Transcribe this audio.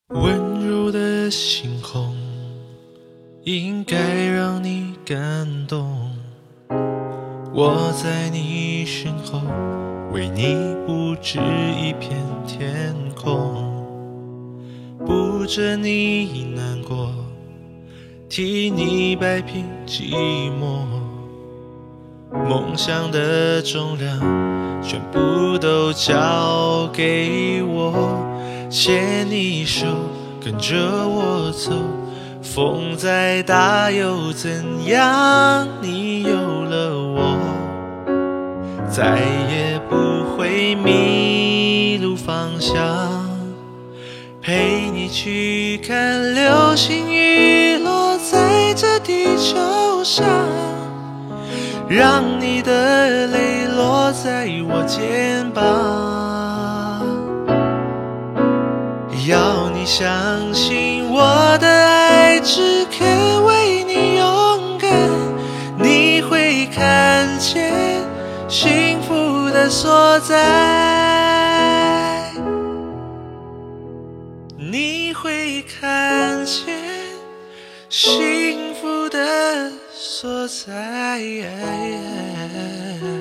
温柔的星空应该让你感动，我在你身后为你布置一片天空，不准你难过，替你摆平寂寞，梦想的重量全部都交给我，牵你手跟着我走，风再大又怎样，你有了我再也不会迷路方向，陪你去看流星雨落在这地球上，让你的泪落在我肩膀，要你相信我的爱只肯为你勇敢，你会看见幸福的所在，你会看见幸福的所在。